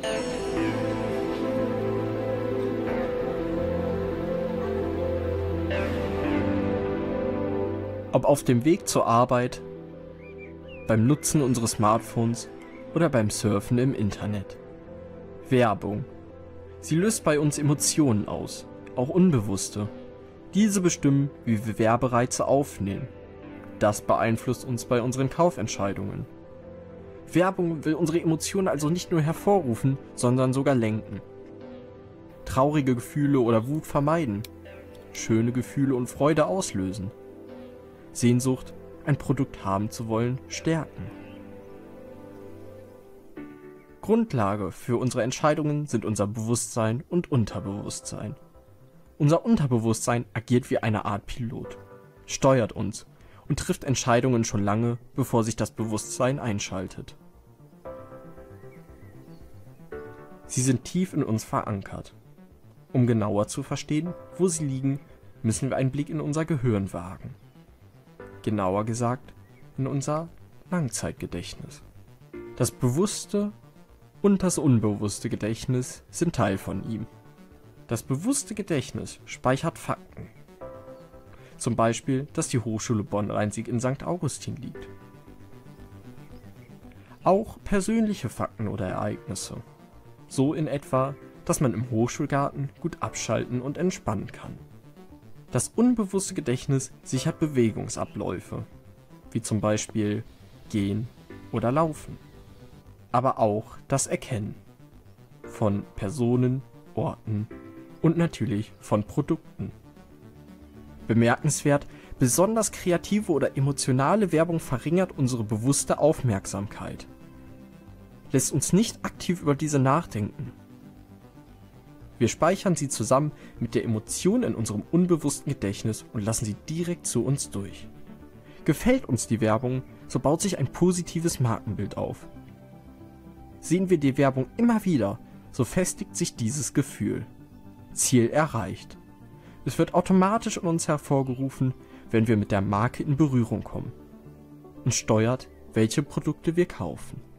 Ob auf dem Weg zur Arbeit, beim Nutzen unseres Smartphones oder beim Surfen im Internet. Werbung. Sie löst bei uns Emotionen aus, auch unbewusste. Diese bestimmen, wie wir Werbereize aufnehmen. Das beeinflusst uns bei unseren Kaufentscheidungen. Werbung will unsere Emotionen also nicht nur hervorrufen, sondern sogar lenken. Traurige Gefühle oder Wut vermeiden. Schöne Gefühle und Freude auslösen. Sehnsucht, ein Produkt haben zu wollen, stärken. Grundlage für unsere Entscheidungen sind unser Bewusstsein und Unterbewusstsein. Unser Unterbewusstsein agiert wie eine Art Pilot, steuert uns und trifft Entscheidungen schon lange, bevor sich das Bewusstsein einschaltet. Sie sind tief in uns verankert. Um genauer zu verstehen, wo sie liegen, müssen wir einen Blick in unser Gehirn wagen. Genauer gesagt, in unser Langzeitgedächtnis. Das bewusste und das unbewusste Gedächtnis sind Teil von ihm. Das bewusste Gedächtnis speichert Fakten. Zum Beispiel, dass die Hochschule Bonn-Rhein-Sieg in St. Augustin liegt. Auch persönliche Fakten oder Ereignisse. So in etwa, dass man im Hochschulgarten gut abschalten und entspannen kann. Das unbewusste Gedächtnis sichert Bewegungsabläufe, wie zum Beispiel Gehen oder Laufen. Aber auch das Erkennen von Personen, Orten und natürlich von Produkten. Bemerkenswert, besonders kreative oder emotionale Werbung verringert unsere bewusste Aufmerksamkeit, lässt uns nicht aktiv über diese nachdenken. Wir speichern sie zusammen mit der Emotion in unserem unbewussten Gedächtnis und lassen sie direkt zu uns durch. Gefällt uns die Werbung, so baut sich ein positives Markenbild auf. Sehen wir die Werbung immer wieder, so festigt sich dieses Gefühl. Ziel erreicht. Es wird automatisch in uns hervorgerufen, wenn wir mit der Marke in Berührung kommen und steuert, welche Produkte wir kaufen.